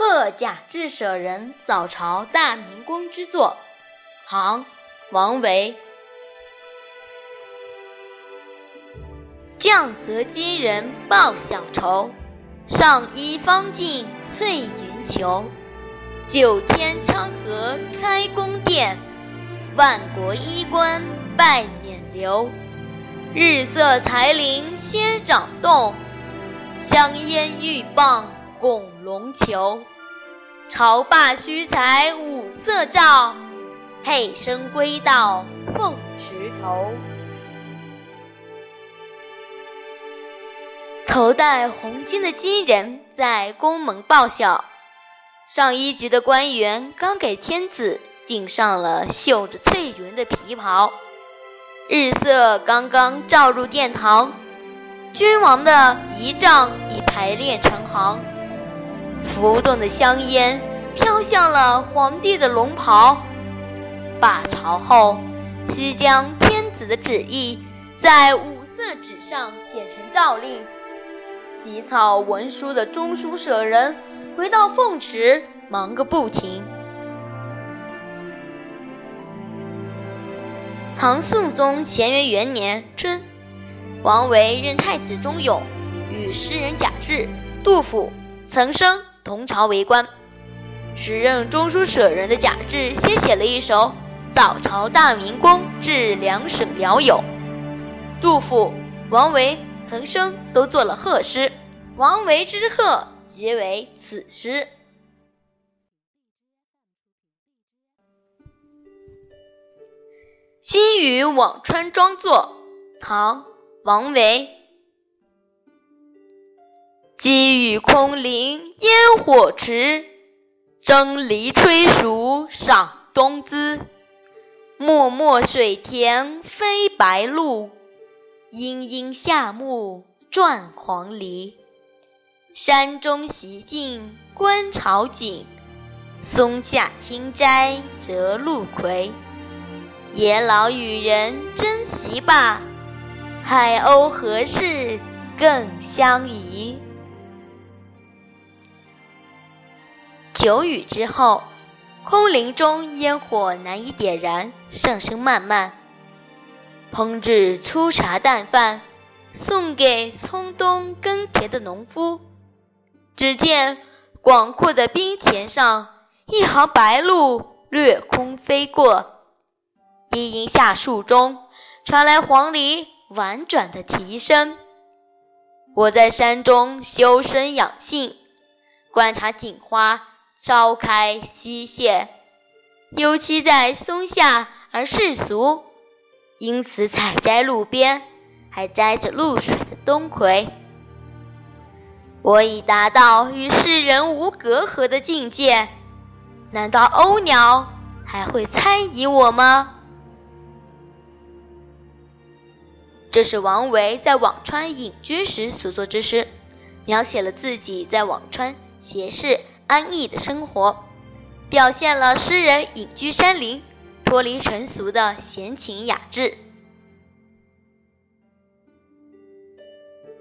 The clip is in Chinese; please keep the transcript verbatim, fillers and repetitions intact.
贺贾至舍人早朝大明宫之作，唐·王维。降泽基人报小仇，上衣方尽翠云裘。九天昌河开宫殿，万国衣冠拜冕旒。日色才灵先掌动，香烟玉棒拱龙裘。朝罢须裁五色诏，配身归到凤池头。头戴红巾的基人在宫门报晓，上一局的官员刚给天子订上了绣着翠云的皮袍，日色刚刚照入殿堂，君王的仪仗已排练成行，浮动的香烟飘向了皇帝的龙袍。罢朝后，须将天子的旨意在五色纸上写成诏令。起草文书的中书舍人回到凤池，忙个不停。唐肃宗乾元元年春，王维任太子中永，与诗人贾至、杜甫、岑参同朝为官。时任中书舍人的贾至先写了一首《早朝大明宫致两省僚友》，杜甫、王维、岑参都做了贺诗，王维之贺即为此诗。西屿辋川庄作，唐·王维。积雨空灵烟火迟，蒸藜炊熟赏冬姿。漠漠水田飞白鹭，阴阴夏木转黄鹂。山中习静观潮景，松下清斋折露葵。野老与人争席罢，海鸥何事更相宜。久雨之后，空灵中烟火难以点燃，上升漫漫。烹制粗茶淡饭，送给葱冬耕田的农夫。只见广阔的冰田上，一行白鹭掠空飞过，阴阴夏树中传来黄鹂婉转的啼声。我在山中修身养性，观察景花朝开夕谢，尤其在松下而世俗，因此采摘路边还摘着露水的冬葵。我已达到与世人无隔阂的境界，难道鸥鸟还会猜疑我吗？这是王维在辋川隐居时所作之诗，描写了自己在辋川闲适安逸的生活，表现了诗人隐居山林、脱离尘俗的闲情雅致。